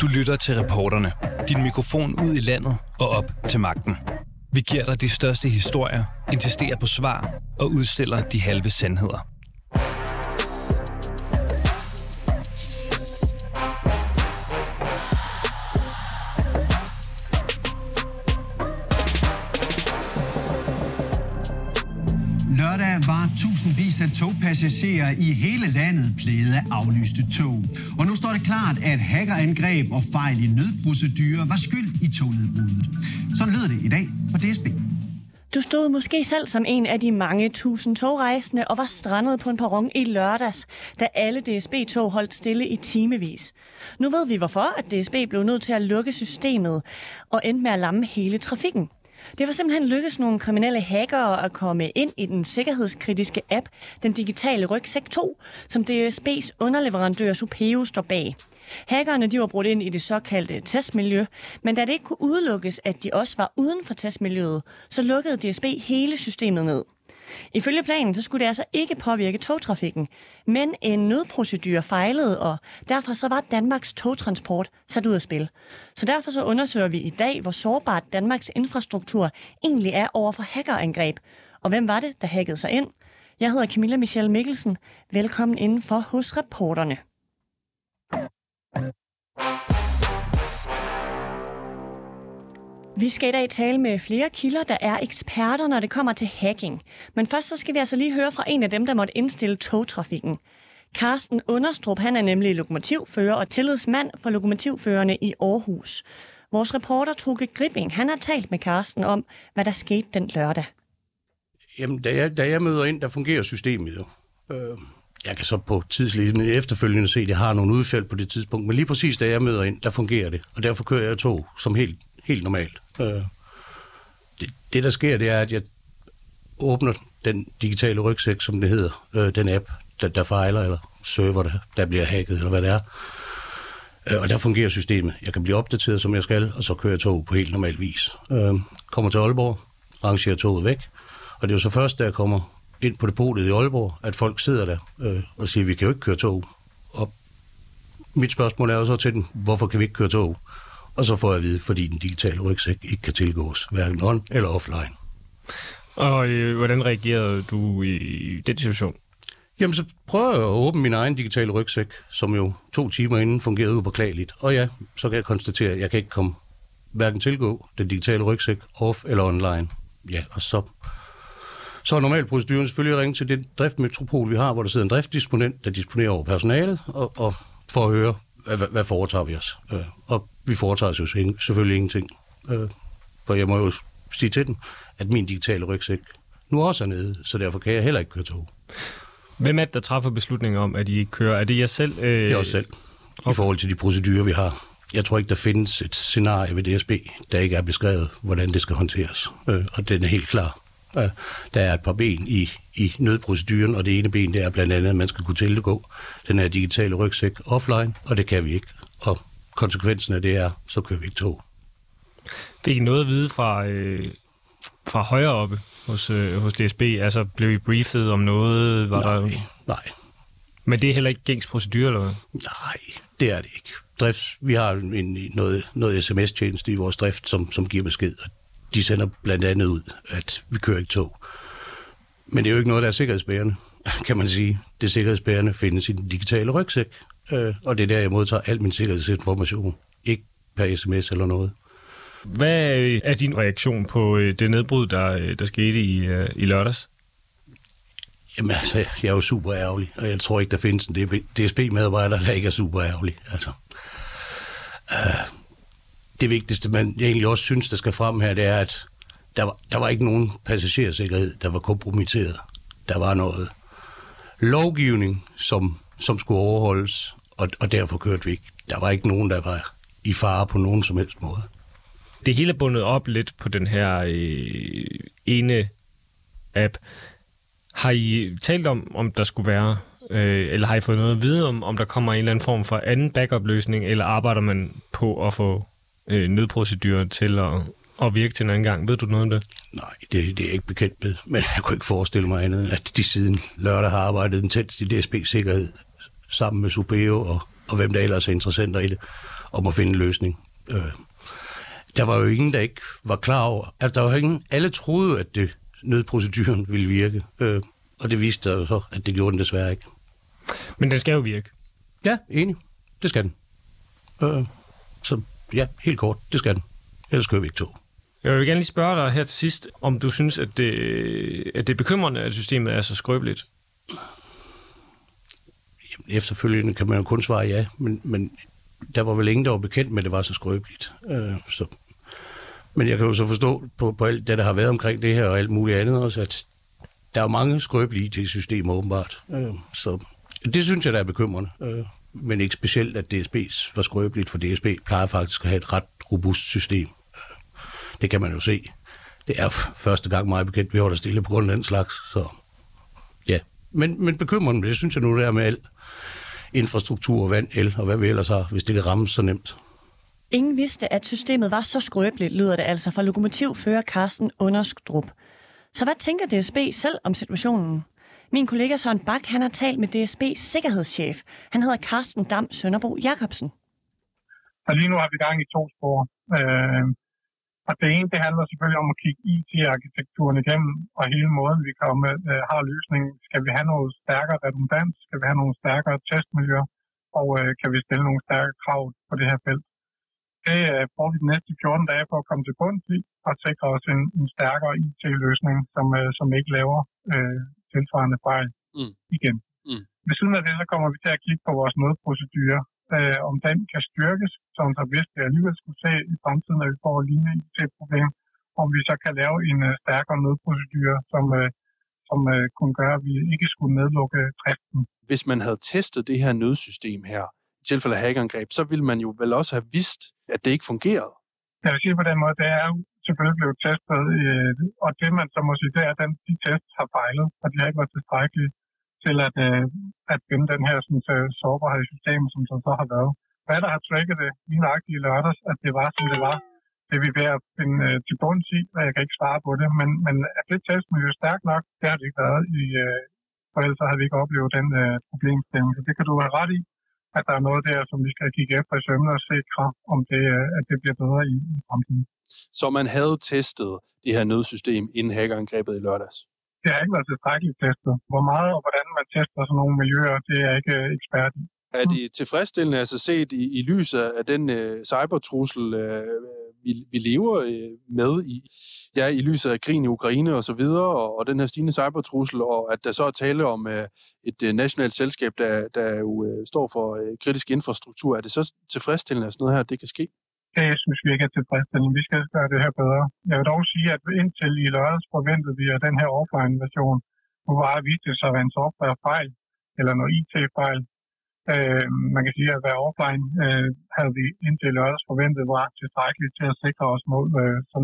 Du lytter til Reporterne. Din mikrofon ud i landet og op til magten. Vi giver dig de største historier, insisterer på svar og udstiller de halve sandheder. Lørdag var tusindvis af togpassagerer i hele landet plaget af aflyste tog. Og nu står det klart, at hackerangreb og fejl i nødprocedurer var skyld i tognedbruddet. Sådan lød det i dag for DSB. Du stod måske selv som en af de mange tusind togrejsende og var strandet på en perron i lørdags, da alle DSB-tog holdt stille i timevis. Nu ved vi hvorfor, at DSB blev nødt til at lukke systemet og endte med at lamme hele trafikken. Det var simpelthen lykkedes nogle kriminelle hackere at komme ind i den sikkerhedskritiske app, den digitale rygsæk 2, som DSB's underleverandør Supeo står bag. Hackerne de var brudt ind i det såkaldte testmiljø, men da det ikke kunne udelukkes, at de også var uden for testmiljøet, så lukkede DSB hele systemet ned. Ifølge planen så skulle det altså ikke påvirke togtrafikken, men en nødprocedure fejlede, og derfor så var Danmarks togtransport sat ud af spil. Så derfor så undersøger vi i dag, hvor sårbart Danmarks infrastruktur egentlig er over for hackerangreb. Og hvem var det, der hackede sig ind? Jeg hedder Camilla Michelle Mikkelsen. Velkommen indenfor hos Reporterne. Vi skal i dag tale med flere kilder, der er eksperter, når det kommer til hacking. Men først så skal vi altså lige høre fra en af dem, der måtte indstille togtrafikken. Carsten Understrup, han er nemlig lokomotivfører og tillidsmand for lokomotivførerne i Aarhus. Vores reporter Toke Gripping, han har talt med Carsten om, hvad der skete den lørdag. Jamen, da jeg møder ind, der fungerer systemet jo. Jeg kan så på tidslinjen efterfølgende se, at jeg har nogle udfald på det tidspunkt, men lige præcis da jeg møder ind, der fungerer det, og derfor kører jeg tog som helt normalt. Det, der sker, det er, at jeg åbner den digitale rygsæk, som det hedder, den app, der fejler, eller server, der bliver hacket, eller hvad det er. Og der fungerer systemet. Jeg kan blive opdateret, som jeg skal, og så kører jeg tog på helt normal vis. Kommer til Aalborg, rangerer toget væk, og det er jo så først, da jeg kommer ind på depotet i Aalborg, at folk sidder der og siger, vi kan jo ikke køre tog. Og mit spørgsmål er jo så til dem, hvorfor kan vi ikke køre tog? Og så får jeg at vide, fordi den digitale rygsæk ikke kan tilgås, hverken on eller offline. Og hvordan reagerede du i den situation? Jamen, så prøver jeg at åbne min egen digitale rygsæk, som jo 2 timer inden fungerede upåklageligt. Og ja, så kan jeg konstatere, at jeg kan ikke komme hverken tilgå den digitale rygsæk off eller online. Ja, og så er normalproceduren selvfølgelig at ringe til det driftmetropol, vi har, hvor der sidder en driftdisponent, der disponerer over personalet, og for at høre, hvad foretager vi os. Og vi foretager os jo selvfølgelig ingenting. For jeg må jo sige til den, at min digitale rygsæk nu også er nede, så derfor kan jeg heller ikke køre tog. Hvem er det, der træffer beslutninger om, at I ikke kører? Er det jer selv? Det er os selv, i forhold til de procedurer, vi har. Jeg tror ikke, der findes et scenarie ved DSB, der ikke er beskrevet, hvordan det skal håndteres. Og den er helt klar. Der er et par ben i nødproceduren, og det ene ben, det er blandt andet, at man skal kunne tilgå den her digitale rygsæk offline, og det kan vi ikke. Og konsekvensen af det er, så kører vi ikke tog. Fik I noget at vide fra højere oppe hos DSB? Altså, blev I briefet om noget? Nej. Men det er heller ikke gængs procedure, eller hvad? Nej, det er det ikke. Vi har noget sms-tjeneste i vores drift, som giver besked, og de sender blandt andet ud, at vi kører ikke tog. Men det er jo ikke noget, der er sikkerhedsbærende, kan man sige. Det sikkerhedsbærende findes i den digitale rygsæk, og det er der, jeg modtager al min sikkerhedsinformation. Ikke per sms eller noget. Hvad er din reaktion på det nedbrud, der skete i lørdags? Jamen altså, jeg er jo super ærgerlig, og jeg tror ikke, der findes en DSB-medarbejder, der ikke er super ærgerlig. Altså, det vigtigste, jeg egentlig også synes, der skal frem her, det er, at der var ikke nogen passagersikkerhed, der var kompromitteret. Der var noget lovgivning, som skulle overholdes, og derfor kørte vi ikke. Der var ikke nogen, der var i fare på nogen som helst måde. Det hele er bundet op lidt på den her ene app. Har I talt om der skulle være, eller har I fået noget at vide om der kommer en eller anden form for anden backup-løsning, eller arbejder man på at få nødprocedurer til at virke til en anden gang? Ved du noget om det? Nej, det er jeg ikke bekendt med, men jeg kunne ikke forestille mig andet, at de siden lørdag har arbejdet intens i DSB-sikkerhed sammen med Supeo og hvem der ellers er interessenter i det. om at finde en løsning. Der var jo ingen, der ikke var klar over. Altså, der var ingen, alle troede, at nødproceduren ville virke, og det viste sig jo så, at det gjorde den desværre ikke. Men den skal jo virke. Ja, enig. Det skal den. Så ja, helt kort, det skal den. Ellers kører vi ikke tog. Jeg vil gerne lige spørge dig her til sidst, om du synes, at det er bekymrende, at systemet er så skrøbeligt? Jamen, efterfølgende kan man jo kun svare ja, men der var vel ingen, der var bekendt med, at det var så skrøbeligt. Men jeg kan jo så forstå på alt det, der har været omkring det her og alt muligt andet også, at der er mange skrøbelige IT-systemer åbenbart. Så det synes jeg, der er bekymrende. Men ikke specielt, at DSB var skrøbeligt, for DSB plejer faktisk at have et ret robust system. Det kan man jo se. Det er første gang meget bekendt, vi holder stille på grund af den slags. Så ja, men bekymrende, det synes jeg nu, det er med al infrastruktur, vand, el og hvad vi ellers har, hvis det kan rammes så nemt. Ingen vidste, at systemet var så skrøbeligt, lyder det altså fra lokomotivfører Carsten Understrup. Så hvad tænker DSB selv om situationen? Min kollega Søren Bak, han har talt med DSB's sikkerhedschef. Han hedder Carsten Dam Sønderbo Jacobsen. Og lige nu har vi gang i 2 spor. Og det ene, det handler selvfølgelig om at kigge IT-arkitekturen igennem, og hele måden, vi har løsningen. Skal vi have noget stærkere redundans? Skal vi have nogle stærkere testmiljøer? Og kan vi stille nogle stærkere krav på det her felt? Det bruger vi de næste 14 dage på at komme til bunds i, og sikre os en stærkere IT-løsning, som ikke laver tilsvarende fejl igen. Ved siden af det, så kommer vi til at kigge på vores nødprocedurer, om den kan styrkes, så hvis det alligevel skulle se i fremtiden, når vi får et lignende IT-problem, om vi så kan lave en stærkere nødprocedure, som kunne gøre, at vi ikke skulle nedlukke driften. Hvis man havde testet det her nødsystem her, i tilfælde af hackerangreb, så ville man jo vel også have vidst, at det ikke fungerede. Jeg vil sige på den måde, det er jo selvfølgelig blevet testet, og det man så må sige, det er, at de tests har fejlet, og de har ikke været tilstrækkelige til at finde den her sårbarhed i systemet, som så har været. Hvad der har trigget det lige nøjagtigt i lørdags, at det var, som det var, det er vi ved at finde til bunds i, og jeg kan ikke svare på det, men at det testmiljø er stærkt nok, det har det ikke været for ellers så havde vi ikke oplevet den problemstilling. Så det kan du have ret i, at der er noget der, som vi skal kigge efter i sømne og sikre, om at det bliver bedre i fremtiden. Så man havde testet det her nødsystem inden hackerangrebet i lørdags? Det har ikke været tilstrækkeligt testet. Hvor meget og hvordan man tester sådan nogle miljøer, det er jeg ikke ekspert i. Er det tilfredsstillende, altså set i lyset af den cybertrussel, vi lever med i lyset af krigen i Ukraine og så videre, og den her stigende cybertrussel, og at der så er tale om et nationalt selskab, der jo står for kritisk infrastruktur. Er det så tilfredsstillende, at sådan noget her, det kan ske? Det synes vi ikke er tilfredsstillende. Vi skal gøre det her bedre. Jeg vil dog sige, at indtil i lørdags forventede vi, at den her offline-version nu var vist sig at være en softwarefejl, eller noget IT-fejl. Man kan sige, at være offline havde vi indtil lørdags forventet var tilstrækkeligt til at sikre os mod sådan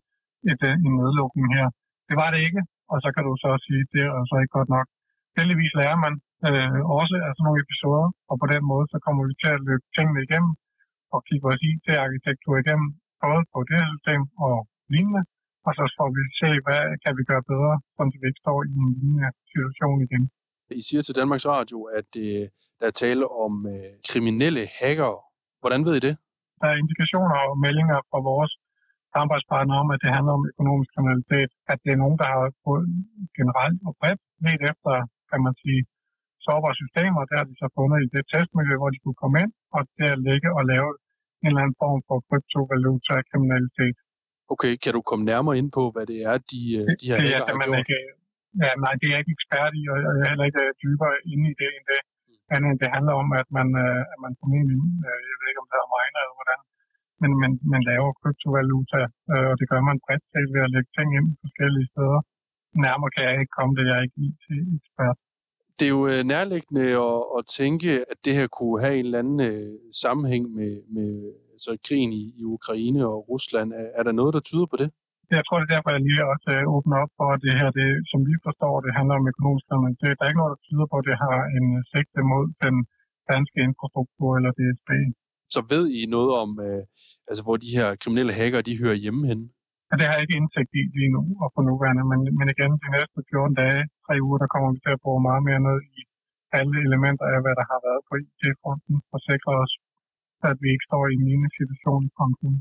en nedlukning her. Det var det ikke, og så kan du så sige, at det er så ikke godt nok. Heldigvis lærer man også af sådan nogle episoder, og på den måde så kommer vi til at løbe tingene igennem og kigge vores IT-arkitektur igennem, både på det her system og lignende, og så får vi se, hvad kan vi gøre bedre, så vi ikke står i en lignende situation igen. I siger til Danmarks Radio, at der er tale om kriminelle hackere. Hvordan ved I det? Der er indikationer og meldinger fra vores samarbejdspartnere om, at det handler om økonomisk kriminalitet. At det er nogen, der har fået generelt og bredt let efter, kan man sige, sårbare systemer. Der har de så fundet i det testmiljø, hvor de kunne komme ind, og der ligge og lave en eller anden form for kryptovaluta-kriminalitet. Okay, kan du komme nærmere ind på, hvad det er, de her hacker har gjort? Ja, nej, det er jeg ikke ekspert i, og jeg er heller ikke dybere inde i det end det. Men det handler om, at man formentlig, jeg ved ikke om det er miner eller hvordan, men man laver kryptovaluta, og det gør man bredt til ved at lægge ting ind på forskellige steder. Nærmere kan jeg ikke komme det, jeg er ikke IT-ekspert. Det er jo nærliggende at tænke, at det her kunne have en eller anden sammenhæng med altså krigen i Ukraine og Rusland. Er der noget, der tyder på det? Jeg tror, det er derfor, jeg lige også åbner op for, at det her, som vi forstår, det handler om økonomisk kriminalitet. Der er ikke noget, der tyder på, at det har en sigte mod den danske infrastruktur eller DSB. Så ved I noget om, altså hvor de her kriminelle hacker, de hører hjemme henne? Ja, det har jeg ikke indsigt i lige nu og på nuværende, men igen, de næste 14 dage, 3 uger, der kommer vi til at bruge meget mere ned i alle elementer af, hvad der har været på IT-fronten, og sikre os så at vi ikke står i en lignende situation i fremtiden.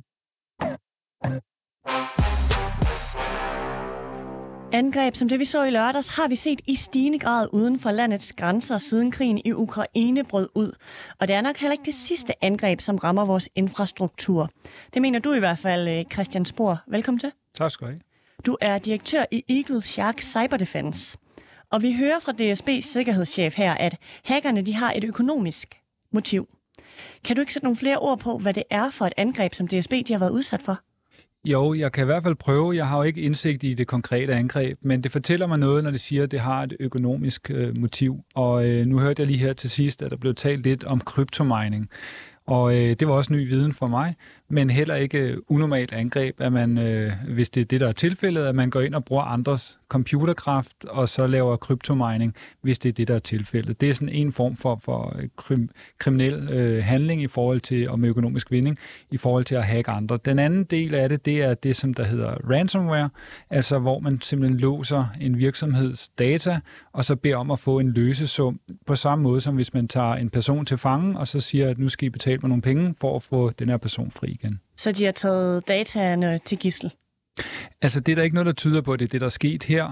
Angreb som det, vi så i lørdags, har vi set i stigende grad uden for landets grænser, siden krigen i Ukraine brød ud. Og det er nok heller ikke det sidste angreb, som rammer vores infrastruktur. Det mener du i hvert fald, Christian Spohr. Velkommen til. Tak skal du have. Du er direktør i Eagle Shark Cyber Defense. Og vi hører fra DSB's sikkerhedschef her, at hackerne de har et økonomisk motiv. Kan du ikke sætte nogle flere ord på, hvad det er for et angreb, som DSB de har været udsat for? Jo, jeg kan i hvert fald prøve. Jeg har jo ikke indsigt i det konkrete angreb, men det fortæller mig noget, når det siger, at det har et økonomisk motiv. Og nu hørte jeg lige her til sidst, at der blev talt lidt om kryptomining. Og det var også ny viden for mig, men heller ikke unormalt angreb, at man, hvis det er det, der er tilfældet, at man går ind og bruger andres computerkraft, og så laver kryptomining, hvis det er det, der er tilfældet. Det er sådan en form for kriminel handling i forhold til, og med økonomisk vinding, i forhold til at hacke andre. Den anden del af det, det er det, som der hedder ransomware, altså hvor man simpelthen låser en virksomheds data, og så beder om at få en løsesum, på samme måde som hvis man tager en person til fange, og så siger, at nu skal I betale mig nogle penge for at få den her person fri igen. Så de har taget dataene til gidsel? Altså, det er der ikke noget, der tyder på, at det er det, der er sket her.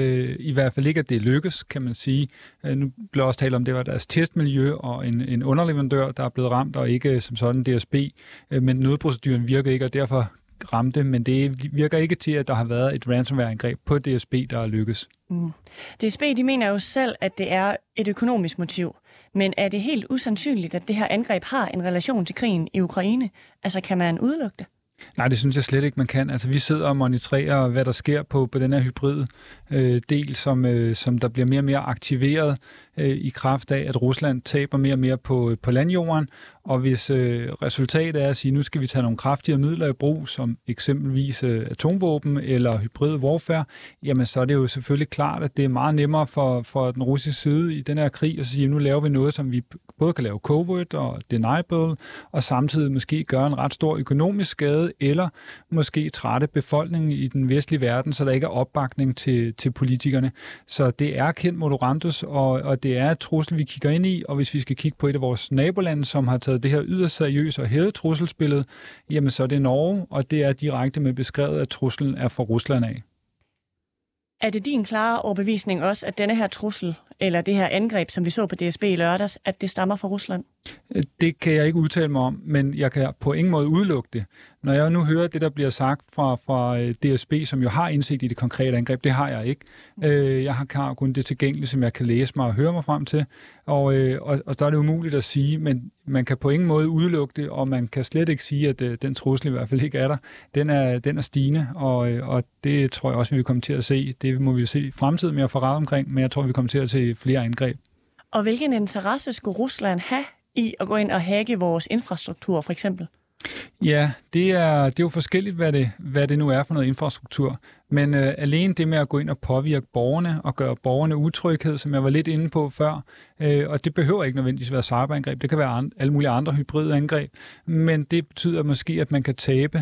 I hvert fald ikke, at det lykkes, kan man sige. Nu blev også talt om, det var deres testmiljø og en underleverandør, der er blevet ramt, og ikke som sådan DSB. Men nødproceduren virker ikke, og derfor ramte, men det virker ikke til, at der har været et ransomware-angreb på DSB, der er lykkes. DSB, de mener jo selv, at det er et økonomisk motiv. Men er det helt usandsynligt, at det her angreb har en relation til krigen i Ukraine? Altså, kan man udelukke det? Nej, det synes jeg slet ikke, man kan. Altså, vi sidder og monitorerer, hvad der sker på den her hybrid del, som der bliver mere og mere aktiveret i kraft af, at Rusland taber mere og mere på landjorden. Og hvis resultatet er at sige, nu skal vi tage nogle kraftigere midler i brug, som eksempelvis atomvåben eller hybrid warfare, jamen så er det jo selvfølgelig klart, at det er meget nemmere for den russiske side i den her krig at sige, nu laver vi noget, som vi både kan lave covert og deniable, og samtidig måske gøre en ret stor økonomisk skade, eller måske trætte befolkningen i den vestlige verden, så der ikke er opbakning til politikerne. Så det er kendt Moderantus, og det er et trussel, vi kigger ind i, og hvis vi skal kigge på et af vores nabolande, som har taget det her yderst seriøst og hævet trusselsbilledet, jamen så er det Norge, og det er direkte med beskrevet, at truslen er fra Rusland af. Er det din klare overbevisning også, at denne her trussel, eller det her angreb, som vi så på DSB i lørdags, at det stammer fra Rusland? Det kan jeg ikke udtale mig om, men jeg kan på ingen måde udelukke det. Når jeg nu hører det, der bliver sagt fra DSB, som jo har indsigt i det konkrete angreb, det har jeg ikke. Jeg har kun det tilgængeligt, som jeg kan læse mig og høre mig frem til. Og så er det umuligt at sige, men man kan på ingen måde udelukke det, og man kan slet ikke sige, at den trussel i hvert fald ikke er der. Den er stigende, og det tror jeg også, vi vil komme til at se. Det må vi jo se i fremtiden mere forret omkring, men jeg tror, vi kommer til at se flere angreb. Og hvilken interesse skulle Rusland have i at gå ind og hacke vores infrastruktur, for eksempel? Ja, det er jo forskelligt, hvad det nu er for noget infrastruktur. Men alene det med at gå ind og påvirke borgerne og gøre borgerne utryghed, som jeg var lidt inde på før, og det behøver ikke nødvendigvis være cyberangreb, det kan være alle mulige andre hybride angreb, men det betyder måske, at man kan tabe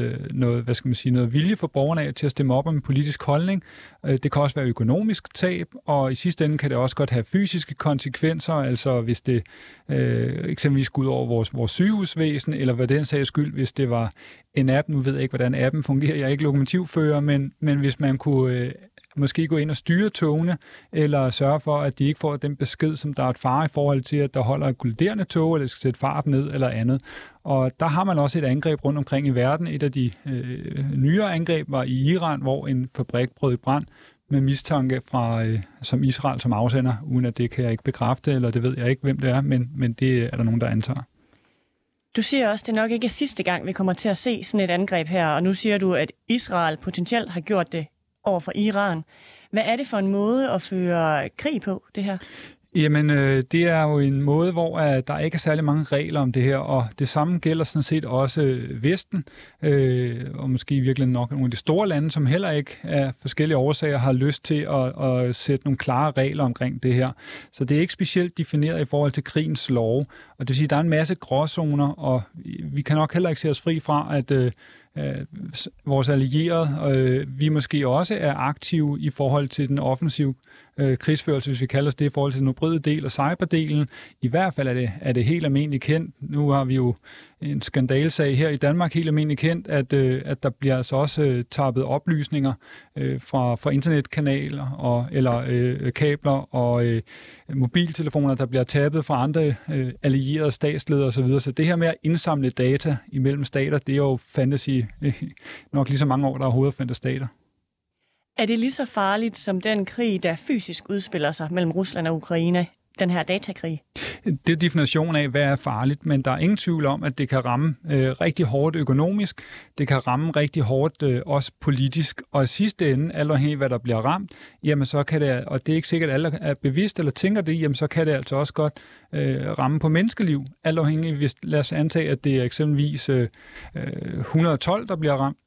noget vilje for borgerne af til at stemme op om en politisk holdning. Det kan også være økonomisk tab, og i sidste ende kan det også godt have fysiske konsekvenser, altså hvis det eksempelvis går ud over vores sygehusvæsen, eller hvad den sags skyld, hvis det var en app. Nu ved jeg ikke, hvordan appen fungerer, jeg er ikke lokomotivfører, men hvis man kunne måske gå ind og styre togene, eller sørge for, at de ikke får den besked, som der er et fare i forhold til, at der holder et kolliderende tog, eller skal sætte farten ned, eller andet. Og der har man også et angreb rundt omkring i verden. Et af de nyere angreb var i Iran, hvor en fabrik brød i brand med mistanke som Israel som afsender, uden at det kan jeg ikke bekræfte, eller det ved jeg ikke, hvem det er, men det er der nogen, der antager. Du siger også, at det nok ikke er sidste gang, vi kommer til at se sådan et angreb her, og nu siger du, at Israel potentielt har gjort det over for Iran. Hvad er det for en måde at føre krig på, det her? Jamen, det er jo en måde, hvor der ikke er særlig mange regler om det her, og det samme gælder sådan set også Vesten, og måske virkelig nok nogle af de store lande, som heller ikke af forskellige årsager har lyst til at sætte nogle klare regler omkring det her. Så det er ikke specielt defineret i forhold til krigens lov, og det vil sige, at der er en masse gråzoner, og vi kan nok heller ikke se os fri fra, vores allierede, vi måske også er aktive i forhold til den offensive krigsførelse, hvis vi kalder det, i forhold til den hybride del og cyberdelen. I hvert fald er det helt almindeligt kendt. Nu har vi jo en skandalsag her i Danmark, helt almindeligt kendt, at der bliver altså også tappet oplysninger fra internetkanaler eller kabler og mobiltelefoner, der bliver tappet fra andre allierede statsledere osv. Så det her med at indsamle data imellem stater, det er jo fantasi nok lige så mange år, der overhovedet fandt stater. Er det lige så farligt som den krig, der fysisk udspiller sig mellem Rusland og Ukraine, den her datakrig? Det er definition af, hvad er farligt, men der er ingen tvivl om, at det kan ramme rigtig hårdt økonomisk, det kan ramme rigtig hårdt også politisk, og i sidste ende, alt afhængig af hvad der bliver ramt, jamen så kan det, og det er ikke sikkert, at alle er bevidst eller tænker det, jamen så kan det altså også godt ramme på menneskeliv, alt afhængig, hvis lad os antage, at det er eksempelvis 112, der bliver ramt,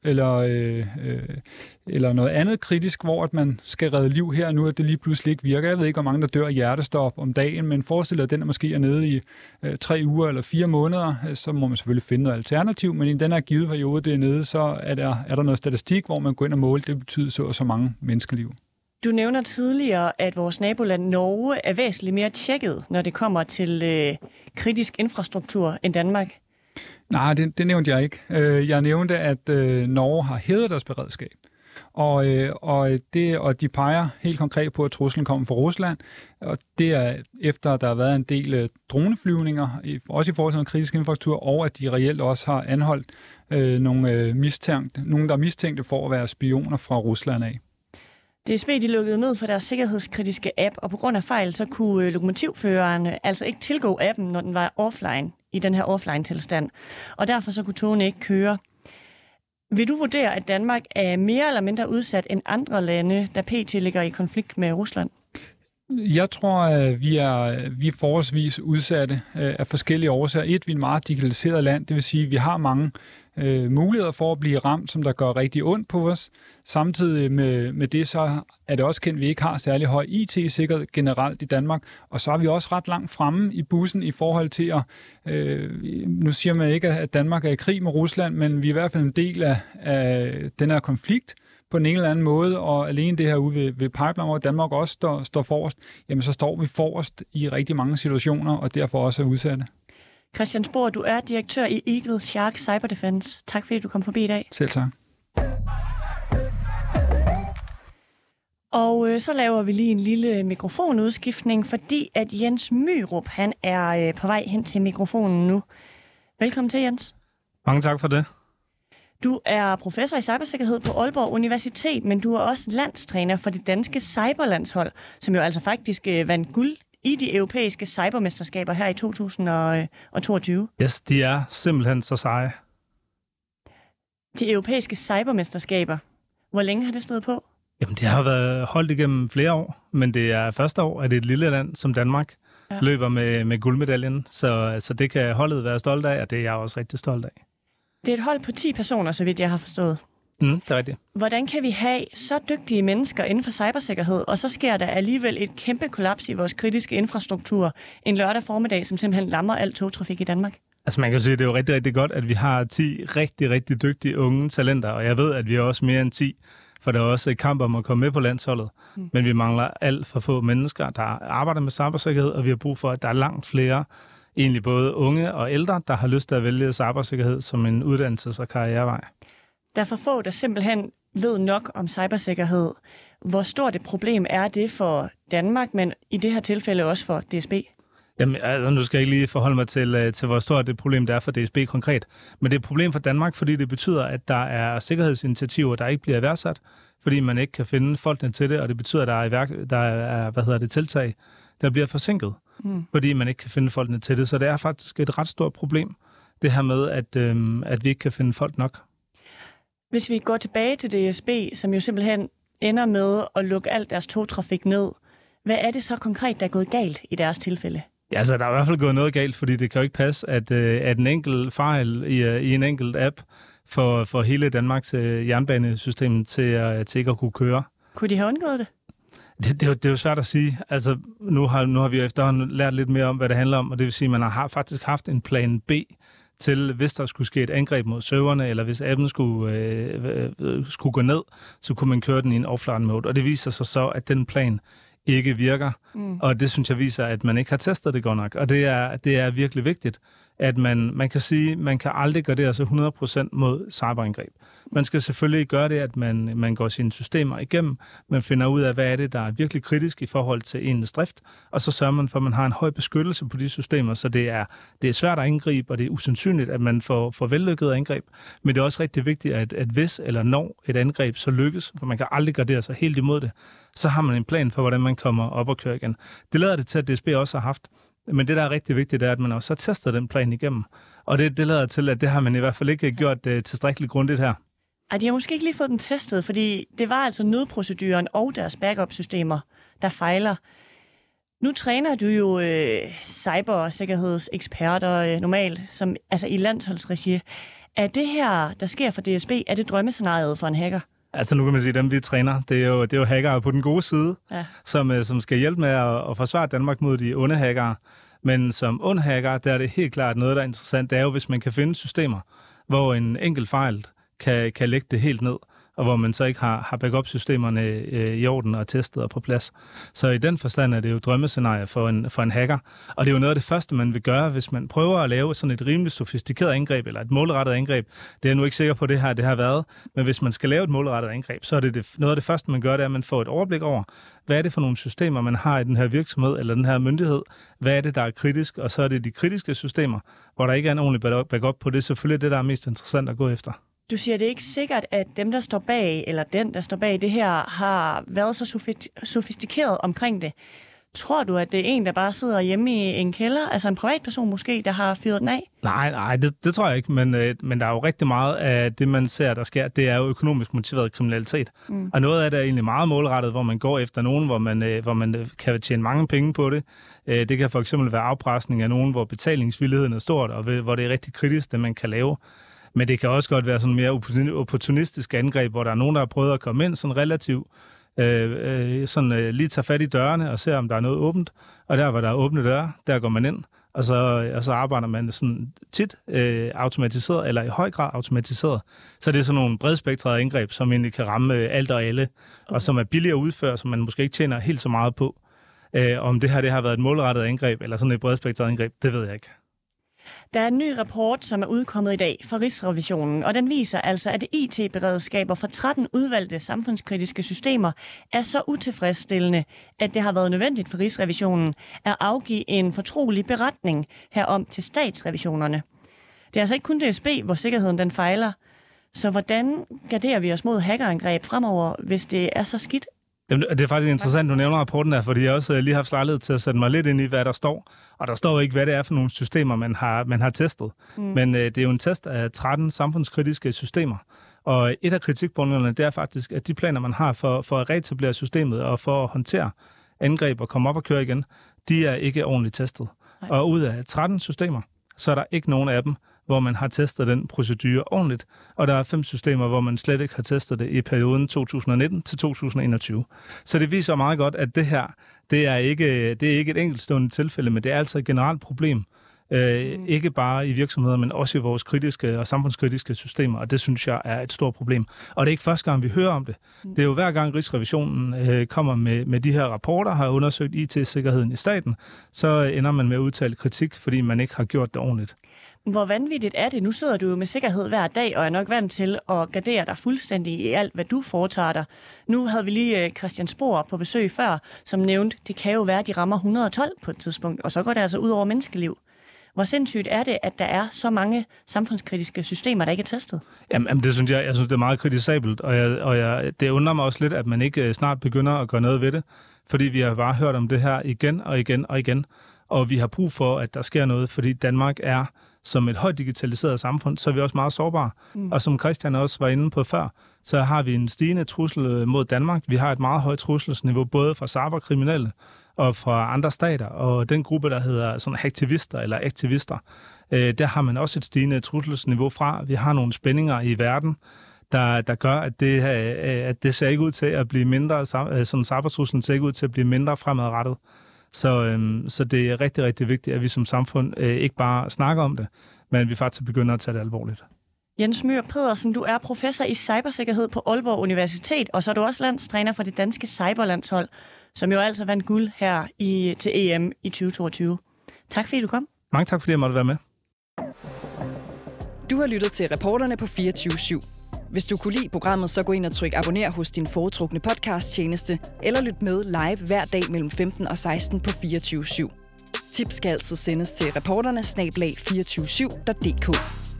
eller noget andet kritisk, hvor at man skal redde liv her og nu, at det lige pludselig ikke virker. Jeg ved ikke, hvor mange der dør af hjertestop om dagen, men forestil dig, at den er måske nede i 3 uger eller 4 måneder, så må man selvfølgelig finde noget alternativ, men i den her givet periode, det er nede, så er der noget statistik, hvor man går ind og måler, det betyder så mange menneskeliv. Du nævner tidligere, at vores naboland Norge er væsentligt mere tjekket, når det kommer til kritisk infrastruktur end Danmark. Nej, det nævnte jeg ikke. Jeg nævnte, at Norge har hævet deres beredskab. Og de peger helt konkret på, at truslen kommer fra Rusland, og det er efter, at der har været en del droneflyvninger, også i forhold til noget kritisk infrastruktur, og at de reelt også har anholdt nogle, der er mistænkte for at være spioner fra Rusland af. DSB de lukkede ned for deres sikkerhedskritiske app, og på grund af fejl, så kunne lokomotivføreren altså ikke tilgå appen, når den var offline, i den her offline-tilstand. Og derfor så kunne togene ikke køre. Vil du vurdere, at Danmark er mere eller mindre udsat end andre lande, der pt. Ligger i konflikt med Rusland? Jeg tror, at vi er forholdsvis udsatte af forskellige årsager. Vi er et meget digitaliseret land, det vil sige, at vi har mange muligheder for at blive ramt, som der gør rigtig ondt på os. Samtidig med det, så er det også kendt, at vi ikke har særlig høj IT-sikkerhed generelt i Danmark, og så er vi også ret langt fremme i bussen i forhold til at, nu siger man ikke, at Danmark er i krig med Rusland, men vi er i hvert fald en del af den her konflikt på en eller anden måde, og alene det her ude ved pipeline, hvor Danmark også står forrest, jamen så står vi forrest i rigtig mange situationer, og derfor også er udsatte. Christian Spohr, du er direktør i Eagle Shark Cyber Defense. Tak fordi du kom forbi i dag. Selv tak. Og så laver vi lige en lille mikrofonudskiftning, fordi at Jens Myrup, han er på vej hen til mikrofonen nu. Velkommen til, Jens. Mange tak for det. Du er professor i cybersikkerhed på Aalborg Universitet, men du er også landstræner for det danske cyberlandshold, som jo altså faktisk vandt guld i de europæiske cybermesterskaber her i 2022. Yes, de er simpelthen så seje. De europæiske cybermesterskaber, hvor længe har det stået på? Jamen, det har været holdt igennem flere år, men det er første år, at det er et lille land som Danmark løber med guldmedaljen, så det kan holdet være stolt af, og det er jeg også rigtig stolt af. Det er et hold på 10 personer, så vidt jeg har forstået. Det er rigtigt. Hvordan kan vi have så dygtige mennesker inden for cybersikkerhed, og så sker der alligevel et kæmpe kollaps i vores kritiske infrastruktur en lørdag formiddag, som simpelthen lammer al togtrafik i Danmark? Altså man kan sige, at det er jo rigtig, rigtig godt, at vi har 10 rigtig, rigtig dygtige unge talenter, og jeg ved, at vi er også mere end 10, for der er også et kamp om at komme med på landsholdet. Men vi mangler alt for få mennesker, der arbejder med cybersikkerhed, og vi har brug for, at der er langt flere, egentlig både unge og ældre, der har lyst til at vælge cybersikkerhed som en uddannelses- og karrierevej. Der er for få, der simpelthen ved nok om cybersikkerhed. Hvor stort et problem er det for Danmark, men i det her tilfælde også for DSB? Jamen, altså, nu skal jeg ikke lige forholde mig til hvor stort det problem der er for DSB konkret. Men det er et problem for Danmark, fordi det betyder, at der er sikkerhedsinitiativer, der ikke bliver iværksat, fordi man ikke kan finde folkene til det, og det betyder, at der er tiltag, der bliver forsinket, fordi man ikke kan finde folkene til det. Så det er faktisk et ret stort problem, det her med, at vi ikke kan finde folk nok. Hvis vi går tilbage til DSB, som jo simpelthen ender med at lukke alt deres togtrafik ned, hvad er det så konkret, der er gået galt i deres tilfælde? Ja, altså der er i hvert fald gået noget galt, fordi det kan jo ikke passe, at en enkelt fejl i en enkelt app for hele Danmarks jernbanesystem til ikke at kunne køre. Kunne de have undgået det? Det er jo svært at sige. Altså, nu har vi efterhånden lært lidt mere om, hvad det handler om, og det vil sige, at man har faktisk haft en plan B til, hvis der skulle ske et angreb mod serverne, eller hvis appen skulle gå ned, så kunne man køre den i en offline mode. Og det viser sig så, at den plan ikke virker. Og det synes jeg viser, at man ikke har testet det godt nok. Og det er virkelig vigtigt, at man kan sige, man kan aldrig gardere sig 100% mod cyberangreb. Man skal selvfølgelig gøre det, at man går sine systemer igennem, man finder ud af, hvad er det, der er virkelig kritisk i forhold til ens drift, og så sørger man for, at man har en høj beskyttelse på de systemer, så det er svært at angribe, og det er usandsynligt, at man får vellykket angreb. Men det er også rigtig vigtigt, at hvis eller når et angreb så lykkes, for man kan aldrig gardere sig helt imod det, så har man en plan for, hvordan man kommer op og kører igen. Det lader det til, at DSB også har haft. Men det, der er rigtig vigtigt, er, at man også har testet den plan igennem. Og det lader til, at det har man i hvert fald ikke gjort tilstrækkeligt grundigt her. Ej, de har måske ikke lige fået den testet, fordi det var altså nødproceduren og deres backup-systemer, der fejler. Nu træner du jo cybersikkerhedseksperter normalt, som, altså i landsholdsregi. Er det her, der sker for DSB, er det drømmescenariet for en hacker? Altså nu kan man sige, at dem vi træner, det er jo hackere på den gode side, som skal hjælpe med at forsvare Danmark mod de onde hackere. Men som ond hacker, der er det helt klart noget, der er interessant. Det er jo, hvis man kan finde systemer, hvor en enkelt fejl kan lægge det helt ned, og hvor man så ikke har backup-systemerne i orden og testet og på plads. Så i den forstand er det jo drømmescenarie for en hacker. Og det er jo noget af det første, man vil gøre, hvis man prøver at lave sådan et rimelig sofistikeret angreb, eller et målrettet angreb. Det er jeg nu ikke sikker på, det har været. Men hvis man skal lave et målrettet angreb, så er det noget af det første, man gør, det er, at man får et overblik over, hvad er det for nogle systemer, man har i den her virksomhed eller den her myndighed? Hvad er det, der er kritisk? Og så er det de kritiske systemer, hvor der ikke er en ordentlig backup på. Det er selvfølgelig det, der er mest interessant at gå efter. Du siger, det er ikke sikkert, at dem, der står bag, eller den, der står bag det her, har været så sofistikeret omkring det. Tror du, at det er en, der bare sidder hjemme i en kælder, altså en privatperson måske, der har fyret den af? Nej, det tror jeg ikke, men der er jo rigtig meget af det, man ser, der sker, det er jo økonomisk motiveret kriminalitet. Og noget af det er egentlig meget målrettet, hvor man går efter nogen, hvor man kan tjene mange penge på det. Det kan for eksempel være afpresning af nogen, hvor betalingsvilligheden er stort, og hvor det er rigtig kritisk, det man kan lave. Men det kan også godt være sådan mere opportunistisk angreb, hvor der er nogen, der har prøvet at komme ind sådan relativt, lige tage fat i dørene og se, om der er noget åbent. Og der, hvor der er åbne døre, der går man ind, og så arbejder man sådan tit automatiseret, eller i høj grad automatiseret. Så det er sådan nogle bredspektrede angreb, som egentlig kan ramme alt og alle, og som er billigere at udføre, som man måske ikke tjener helt så meget på. Om det her har været et målrettet angreb, eller sådan et bredspektret angreb, det ved jeg ikke. Der er en ny rapport, som er udkommet i dag fra Rigsrevisionen, og den viser altså, at IT-beredskaber for 13 udvalgte samfundskritiske systemer er så utilfredsstillende, at det har været nødvendigt for Rigsrevisionen at afgive en fortrolig beretning herom til statsrevisionerne. Det er altså ikke kun DSB, hvor sikkerheden den fejler. Så hvordan garderer vi os mod hackerangreb fremover, hvis det er så skidt? Jamen, det er faktisk interessant, du nævner rapporten her, fordi jeg også lige har haft lejlighed til at sætte mig lidt ind i, hvad der står. Og der står jo ikke, hvad det er for nogle systemer, man har testet. Men det er jo en test af 13 samfundskritiske systemer. Og et af kritikpunkterne, det er faktisk, at de planer, man har for at reetablere systemet og for at håndtere angreb og komme op og køre igen, de er ikke ordentligt testet. Nej. Og ud af 13 systemer, så er der ikke nogen af dem, hvor man har testet den procedure ordentligt, og der er 5 systemer, hvor man slet ikke har testet det i perioden 2019 til 2021. Så det viser meget godt, at det her, det er ikke et enkeltstående tilfælde, men det er altså et generelt problem. Ikke bare i virksomheder, men også i vores kritiske og samfundskritiske systemer, og det synes jeg er et stort problem. Og det er ikke første gang, vi hører om det. Det er jo hver gang Rigsrevisionen kommer med de her rapporter, har undersøgt IT-sikkerheden i staten, så ender man med at udtale kritik, fordi man ikke har gjort det ordentligt. Hvor vanvittigt er det? Nu sidder du jo med sikkerhed hver dag, og er nok vant til at gardere dig fuldstændig i alt, hvad du foretager dig. Nu havde vi lige Christian Spohr på besøg før, som nævnte, det kan jo være, at de rammer 112 på et tidspunkt, og så går det altså ud over menneskeliv. Hvor sindssygt er det, at der er så mange samfundskritiske systemer, der ikke er testet? Jamen det synes jeg synes, det er meget kritisabelt, og det undrer mig også lidt, at man ikke snart begynder at gøre noget ved det, fordi vi har bare hørt om det her igen og igen og igen, og vi har brug for, at der sker noget, fordi Danmark er som et højt digitaliseret samfund, så er vi også meget sårbare. Og som Christian også var inde på før, så har vi en stigende trussel mod Danmark. Vi har et meget højt trusselsniveau, både fra cyberkriminelle og fra andre stater, og den gruppe, der hedder sådan hacktivister eller aktivister, der har man også et stigende trusselsniveau fra. Vi har nogle spændinger i verden, der gør, at det ser ikke ud til at blive mindre, sådan cybertruslen ser ikke ud til at blive mindre fremadrettet. Så det er rigtig, rigtig vigtigt, at vi som samfund ikke bare snakker om det, men at vi faktisk begynder at tage det alvorligt. Jens Møller Pedersen, du er professor i cybersikkerhed på Aalborg Universitet, og så er du også landstræner for det danske cyberlandshold, som jo altså vandt guld her til EM i 2022. Tak fordi du kom. Mange tak fordi jeg måtte være med. Du har lyttet til Reporterne på 24/7. Hvis du kunne lide programmet, så gå ind og tryk abonner hos din foretrukne podcasttjeneste, eller lyt med live hver dag mellem 15 og 16 på 24/7. Tips skal altid sendes til reporterne@247.dk.